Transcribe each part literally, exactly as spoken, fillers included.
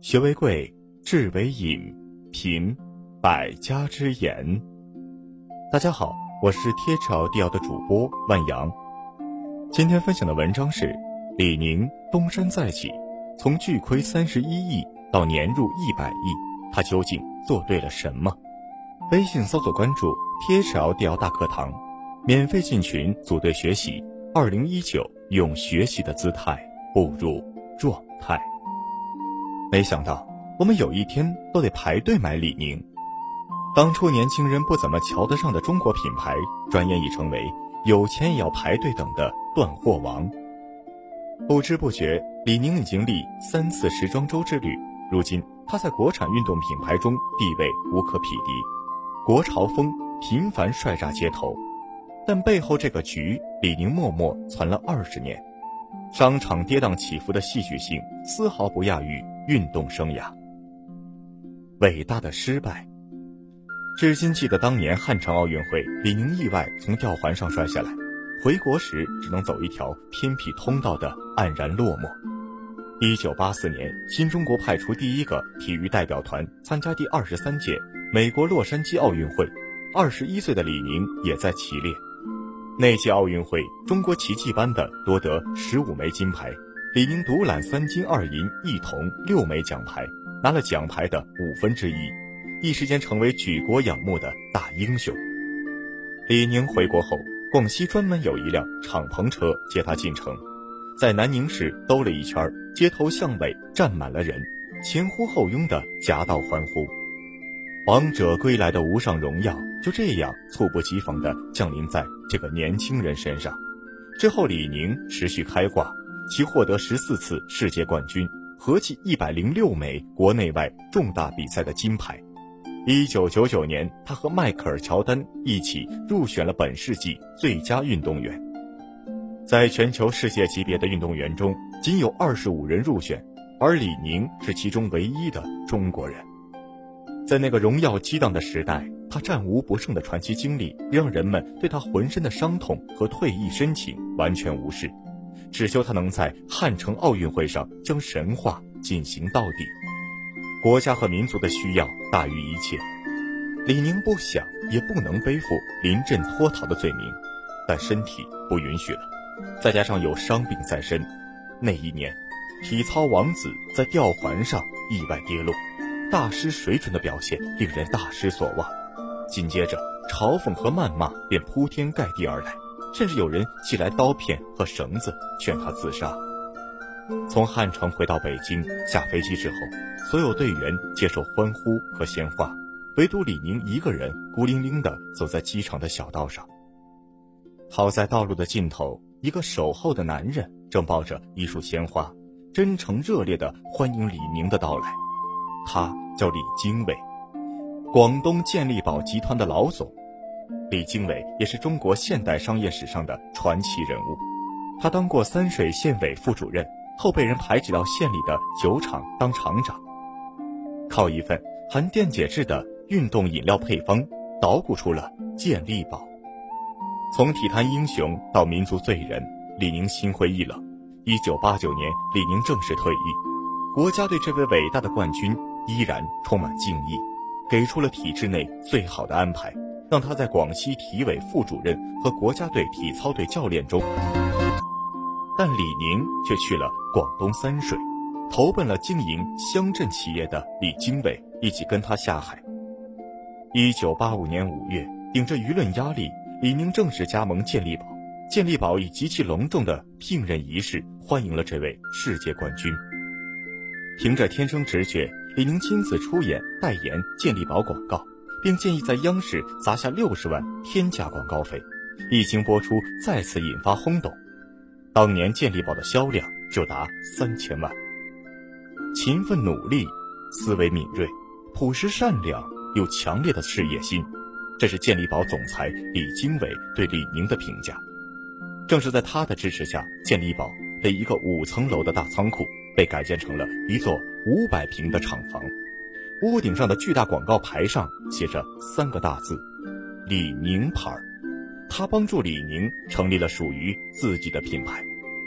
学为贵，智为引，品百家之言。大家好，我是贴朝地奥的主播万阳。今天分享的文章是李宁东山再起，从巨亏三十一亿到年入一百亿，他究竟做对了什么？微信搜索关注贴朝地奥大课堂，免费进群组队学习。二零一九用学习的姿态步入状态。没想到我们有一天都得排队买李宁。当初年轻人不怎么瞧得上的中国品牌，转眼已成为有钱也要排队等的断货王。不知不觉，李宁已经历三次时装周之旅，如今他在国产运动品牌中地位无可匹敌，国潮风频繁帅炸街头。但背后这个局，李宁默默攒了二十年，商场跌宕起伏的戏剧性丝毫不亚于运动生涯。伟大的失败，至今记得当年汉城奥运会，李宁意外从吊环上摔下来，回国时只能走一条偏僻通道的黯然落寞。一九八四年，新中国派出第一个体育代表团参加第二十三届美国洛杉矶奥运会，二十一岁的李宁也在其列。那届奥运会，中国奇迹般的夺得十五枚金牌，李宁独揽三金二银一铜六枚奖牌，拿了奖牌的五分之一，一时间成为举国仰慕的大英雄。李宁回国后，广西专门有一辆敞篷车接他进城，在南宁市兜了一圈，街头巷尾站满了人，前呼后拥的夹道欢呼。王者归来的无上荣耀就这样猝不及防地降临在这个年轻人身上。之后李宁持续开挂，其获得十四次世界冠军，合计一百零六枚国内外重大比赛的金牌。一九九九年，他和迈克尔乔丹一起入选了本世纪最佳运动员。在全球世界级别的运动员中，仅有二十五人入选，而李宁是其中唯一的中国人。在那个荣耀激荡的时代，他战无不胜的传奇经历让人们对他浑身的伤痛和退役深情完全无视，只求他能在汉城奥运会上将神话进行到底。国家和民族的需要大于一切，李宁不想也不能背负临阵脱逃的罪名，但身体不允许了，再加上有伤病在身。那一年，体操王子在吊环上意外跌落，大失水准的表现令人大失所望。紧接着，嘲讽和谩骂便铺天盖地而来，甚至有人寄来刀片和绳子劝他自杀。从汉城回到北京，下飞机之后，所有队员接受欢呼和鲜花，唯独李宁一个人孤零零地走在机场的小道上。好在道路的尽头，一个守候的男人正抱着一束鲜花，真诚热烈地欢迎李宁的到来。他叫李经纬，广东健力宝集团的老总。李经纬也是中国现代商业史上的传奇人物，他当过三水县委副主任，后被人排挤到县里的酒厂当厂长，靠一份含电解质的运动饮料配方捣鼓出了健力宝。从体坛英雄到民族罪人，李宁心灰意冷。一九八九年，李宁正式退役，国家对这位伟大的冠军依然充满敬意，给出了体制内最好的安排，让他在广西体委副主任和国家队体操队教练中。但李宁却去了广东三水，投奔了经营乡镇企业的李经纬，一起跟他下海。一九八五年五月，顶着舆论压力，李宁正式加盟健力宝。健力宝以极其隆重的聘任仪式欢迎了这位世界冠军。凭着天生直觉，李宁亲自出演代言健力宝广告，并建议在央视砸下六十万天价广告费，一经播出再次引发轰动。当年健力宝的销量就达三千万。勤奋努力，思维敏锐，朴实善良，有强烈的事业心，这是健力宝总裁李经纬对李宁的评价。正是在他的支持下，健力宝的一个五层楼的大仓库被改建成了一座五百平的厂房，屋顶上的巨大广告牌上写着三个大字：李宁牌。他帮助李宁成立了属于自己的品牌。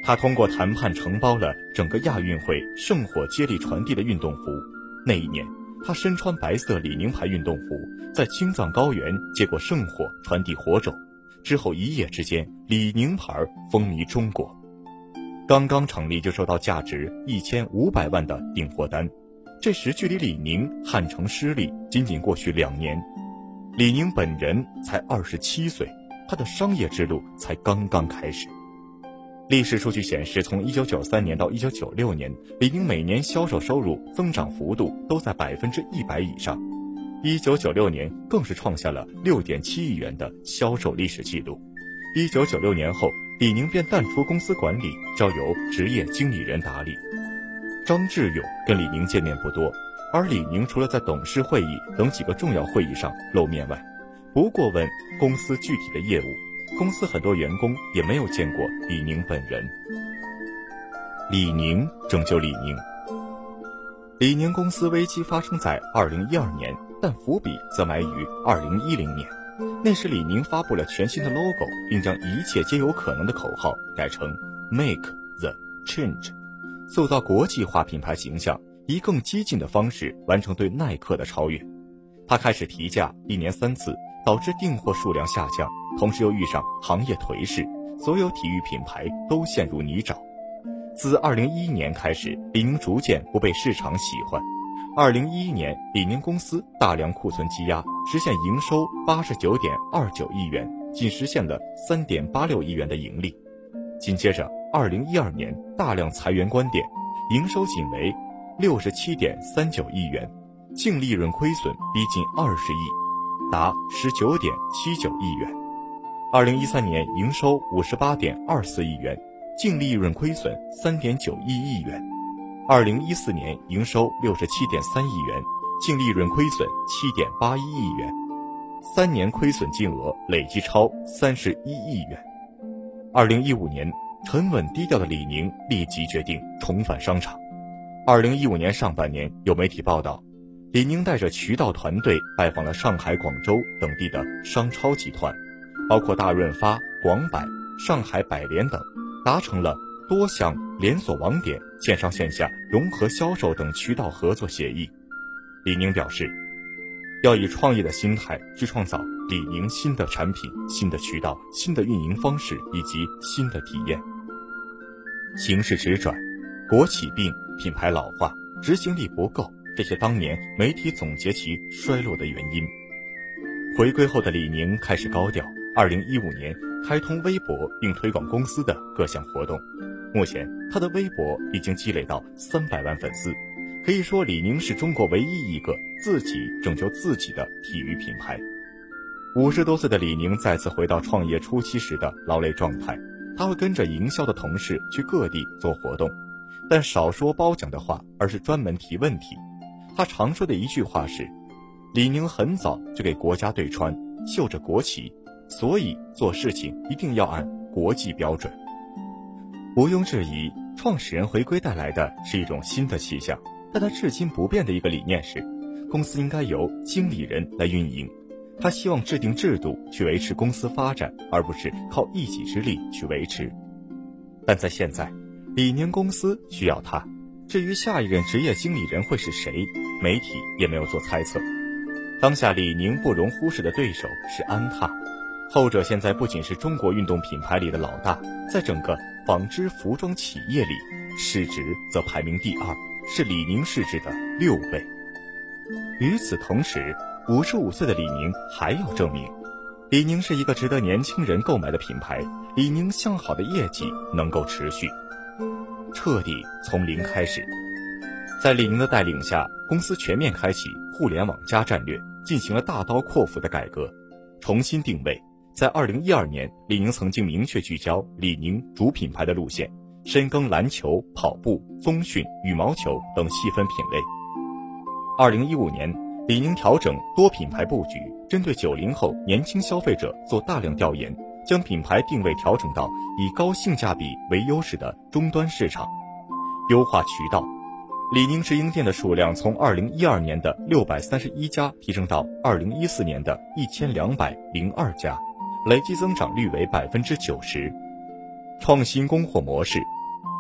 他通过谈判承包了整个亚运会圣火接力传递的运动服。那一年，他身穿白色李宁牌运动服，在青藏高原接过圣火传递火种。之后一夜之间，李宁牌风靡中国。刚刚成立就收到价值一千五百万的订货单，这时距离李宁汉城失利仅仅过去两年。李宁本人才二十七岁，他的商业之路才刚刚开始。历史数据显示，从一九九三年到一九九六年，李宁每年销售收入增长幅度都在百分之一百以上。一九九六年更是创下了六点七亿元的销售历史记录。一九九六年后，李宁便淡出公司管理，交由职业经理人打理。张志勇跟李宁见面不多，而李宁除了在董事会议等几个重要会议上露面外，不过问公司具体的业务。公司很多员工也没有见过李宁本人。李宁拯救李宁。李宁公司危机发生在二零一二年，但伏笔则埋于二零一零年。那时李宁发布了全新的 logo， 并将一切皆有可能的口号改成 Make the Change， 塑造国际化品牌形象，以更激进的方式完成对耐克的超越。他开始提价，一年三次，导致订货数量下降，同时又遇上行业颓势，所有体育品牌都陷入泥沼。自二零一一年开始，李宁逐渐不被市场喜欢。二零一一年，李宁公司大量库存积压，实现营收八十九点二九亿元，仅实现了三点八六亿元的盈利。紧接着，二零一二年大量裁员关店，营收仅为六十七点三九亿元，净利润亏损逼近二十亿，达十九点七九亿元。二零一三年营收五十八点二四亿元，净利润亏损三点九一亿元。二零一四年营收六十七点三亿元，净利润亏损七点八一亿元，三年亏损金额累计超三十一亿元。二零一五年，沉稳低调的李宁立即决定重返商场。二零一五年上半年，有媒体报道，李宁带着渠道团队拜访了上海、广州等地的商超集团，包括大润发、广百、上海百联等，达成了多项连锁网点、线上线下融合销售等渠道合作协议。李宁表示，要以创业的心态去创造李宁新的产品、新的渠道、新的运营方式以及新的体验。形势直转，国企病、品牌老化、执行力不够，这些当年媒体总结其衰落的原因。回归后的李宁开始高调，二零一五年开通微博并推广公司的各项活动。目前他的微博已经积累到三百万粉丝，可以说李宁是中国唯一一个自己拯救自己的体育品牌。五十多岁的李宁再次回到创业初期时的劳累状态，他会跟着营销的同事去各地做活动，但少说褒奖的话，而是专门提问题。他常说的一句话是，李宁很早就给国家对穿，绣着国旗，所以做事情一定要按国际标准。毋庸置疑，创始人回归带来的是一种新的气象，但他至今不变的一个理念是，公司应该由经理人来运营。他希望制定制度去维持公司发展，而不是靠一己之力去维持。但在现在，李宁公司需要他，至于下一任职业经理人会是谁，媒体也没有做猜测。当下李宁不容忽视的对手是安踏，后者现在不仅是中国运动品牌里的老大，在整个纺织服装企业里，市值则排名第二，是李宁市值的六倍。与此同时，五十五岁的李宁还要证明，李宁是一个值得年轻人购买的品牌，李宁向好的业绩能够持续。彻底从零开始，在李宁的带领下，公司全面开启互联网加战略，进行了大刀阔斧的改革，重新定位。在二零一二年，李宁曾经明确聚焦李宁主品牌的路线，深耕篮球、跑步、棕训、羽毛球等细分品类。二零一五年，李宁调整多品牌布局，针对九零后年轻消费者做大量调研，将品牌定位调整到以高性价比为优势的终端市场，优化渠道。李宁直营店的数量从二零一二年的六百三十一家提升到二零一四年的一千两百零二家，累计增长率为百分之九十。创新供货模式，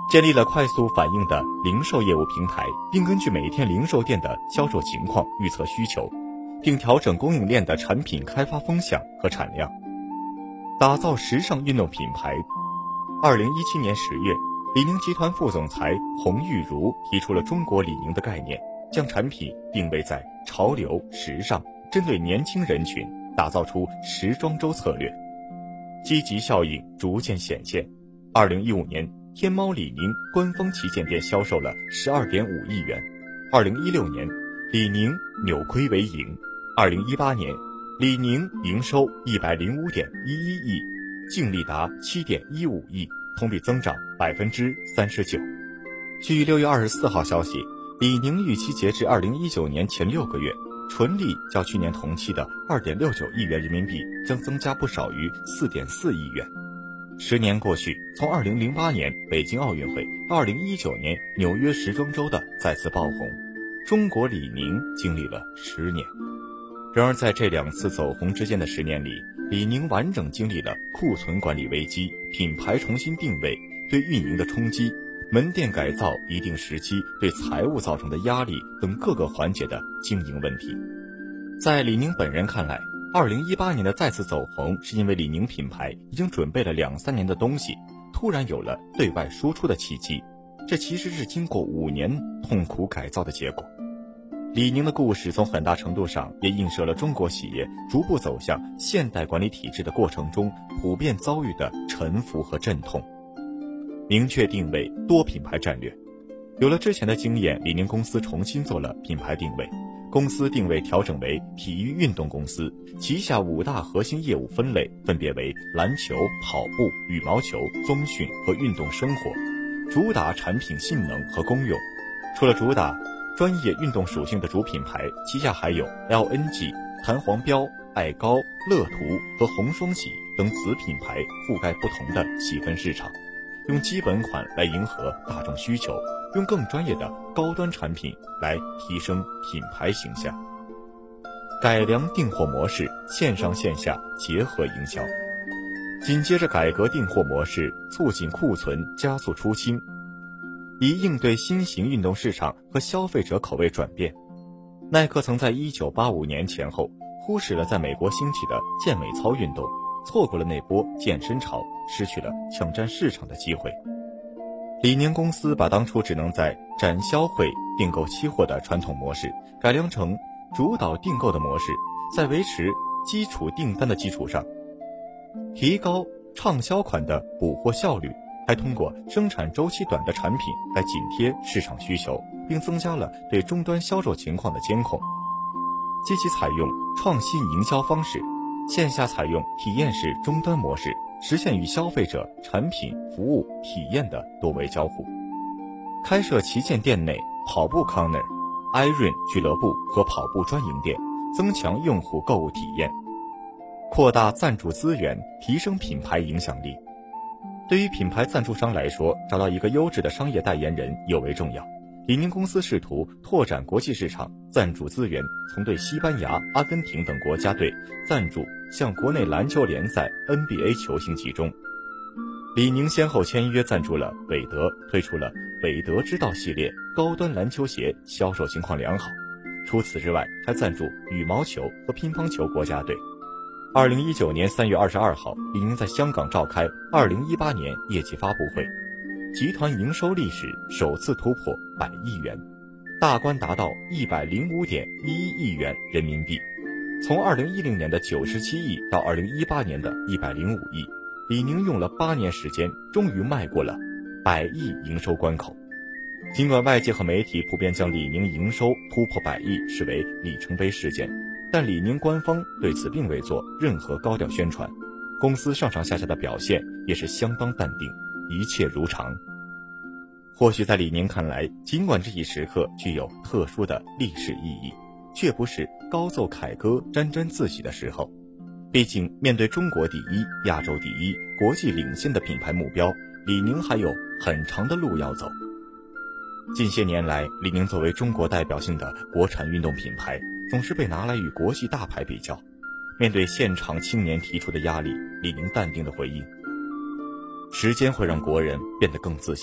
建立了快速反应的零售业务平台，并根据每天零售店的销售情况预测需求，并调整供应链的产品开发风向和产量，打造时尚运动品牌。二零一七年十月，李宁集团副总裁洪玉如提出了中国李宁的概念，将产品定位在潮流、时尚，针对年轻人群，打造出时装周策略，积极效应逐渐显现。二零一五年，天猫李宁官方旗舰店销售了 十二点五亿元。二零一六年，李宁扭亏为盈。二零一八年，李宁营收 一百零五点一一亿，净利达 七点一五亿，同比增长 百分之三十九。据六月二十四号消息，李宁预期截至二零一九年前六个月，纯利较去年同期的 二点六九亿元人民币将增加不少于 四点四亿元。十年过去，从二零零八年北京奥运会到二零一九年纽约时装周的再次爆红，中国李宁经历了十年。然而在这两次走红之间的十年里，李宁完整经历了库存管理危机、品牌重新定位对运营的冲击、门店改造一定时期对财务造成的压力等各个环节的经营问题。在李宁本人看来，二零一八年的再次走红是因为李宁品牌已经准备了两三年的东西，突然有了对外输出的契机，这其实是经过五年痛苦改造的结果。李宁的故事从很大程度上也映射了中国企业逐步走向现代管理体制的过程中普遍遭遇的沉浮和阵痛。明确定位，多品牌战略。有了之前的经验，李宁公司重新做了品牌定位，公司定位调整为体育运动公司，旗下五大核心业务分类分别为篮球、跑步、羽毛球、宗训和运动生活，主打产品性能和功用。除了主打专业运动属性的主品牌，旗下还有 L N G、弹簧标、爱高、乐图和红双喜等子品牌，覆盖不同的细分市场，用基本款来迎合大众需求，用更专业的高端产品来提升品牌形象。改良订货模式，线上线下结合营销。紧接着改革订货模式，促进库存，加速出清，以应对新型运动市场和消费者口味转变。耐克曾在一九八五年前后忽视了在美国兴起的健美操运动，错过了那波健身潮，失去了抢占市场的机会。李宁公司把当初只能在展销会订购期货的传统模式改良成主导订购的模式，在维持基础订单的基础上，提高畅销款的补货效率，还通过生产周期短的产品来紧贴市场需求，并增加了对终端销售情况的监控。积极采用创新营销方式，线下采用体验式终端模式，实现与消费者产品、服务、体验的多维交互。开设旗舰店内跑步 corner、iRun 俱乐部和跑步专营店，增强用户购物体验。扩大赞助资源，提升品牌影响力。对于品牌赞助商来说，找到一个优质的商业代言人尤为重要。李宁公司试图拓展国际市场，赞助资源从对西班牙、阿根廷等国家队赞助向国内篮球联赛 N B A 球星集中。李宁先后签约赞助了韦德，推出了韦德之道系列高端篮球鞋，销售情况良好。除此之外，还赞助羽毛球和乒乓球国家队。二零一九年三月二十二号，李宁在香港召开二零一八年业绩发布会，集团营收历史首次突破百亿元，大关达到一百零五点一一亿元人民币。从二零一零年的九十七亿到二零一八年的一百零五亿，李宁用了八年时间，终于迈过了百亿营收关口。尽管外界和媒体普遍将李宁营收突破百亿视为里程碑事件，但李宁官方对此并未做任何高调宣传，公司上上下下的表现也是相当淡定，一切如常。或许在李宁看来，尽管这一时刻具有特殊的历史意义，却不是高奏凯歌、沾沾自喜的时候。毕竟面对中国第一、亚洲第一、国际领先的品牌目标，李宁还有很长的路要走。近些年来，李宁作为中国代表性的国产运动品牌，总是被拿来与国际大牌比较。面对现场青年提出的压力，李宁淡定地回应：时间会让国人变得更自信，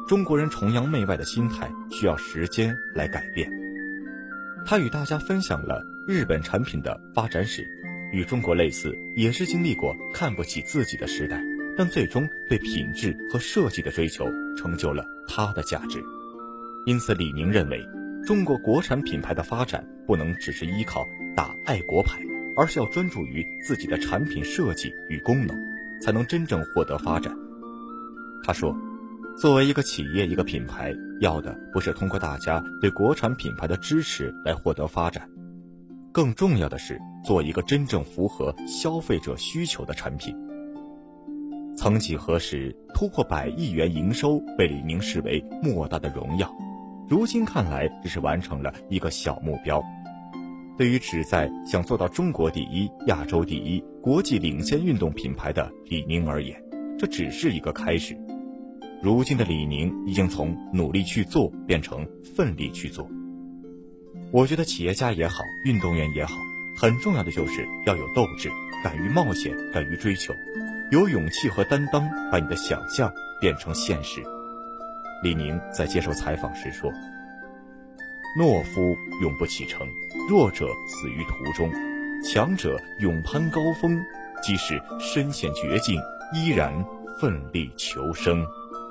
中国人崇洋媚外的心态需要时间来改变。他与大家分享了日本产品的发展史，与中国类似，也是经历过看不起自己的时代，但最终对品质和设计的追求成就了它的价值。因此李宁认为，中国国产品牌的发展不能只是依靠打爱国牌，而是要专注于自己的产品设计与功能，才能真正获得发展。他说，作为一个企业一个品牌，要的不是通过大家对国产品牌的支持来获得发展，更重要的是做一个真正符合消费者需求的产品。曾几何时，突破百亿元营收被李宁视为莫大的荣耀，如今看来只是完成了一个小目标。对于旨在想做到中国第一、亚洲第一、国际领先运动品牌的李宁而言，这只是一个开始。如今的李宁已经从努力去做变成奋力去做。我觉得企业家也好，运动员也好，很重要的就是要有斗志，敢于冒险，敢于追求，有勇气和担当，把你的想象变成现实。李宁在接受采访时说，懦夫永不启程，弱者死于途中，强者勇攀高峰，即使身陷绝境，依然奋力求生。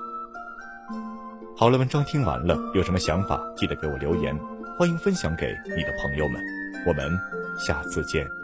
好了，文章听完了，有什么想法记得给我留言，欢迎分享给你的朋友们，我们下次见。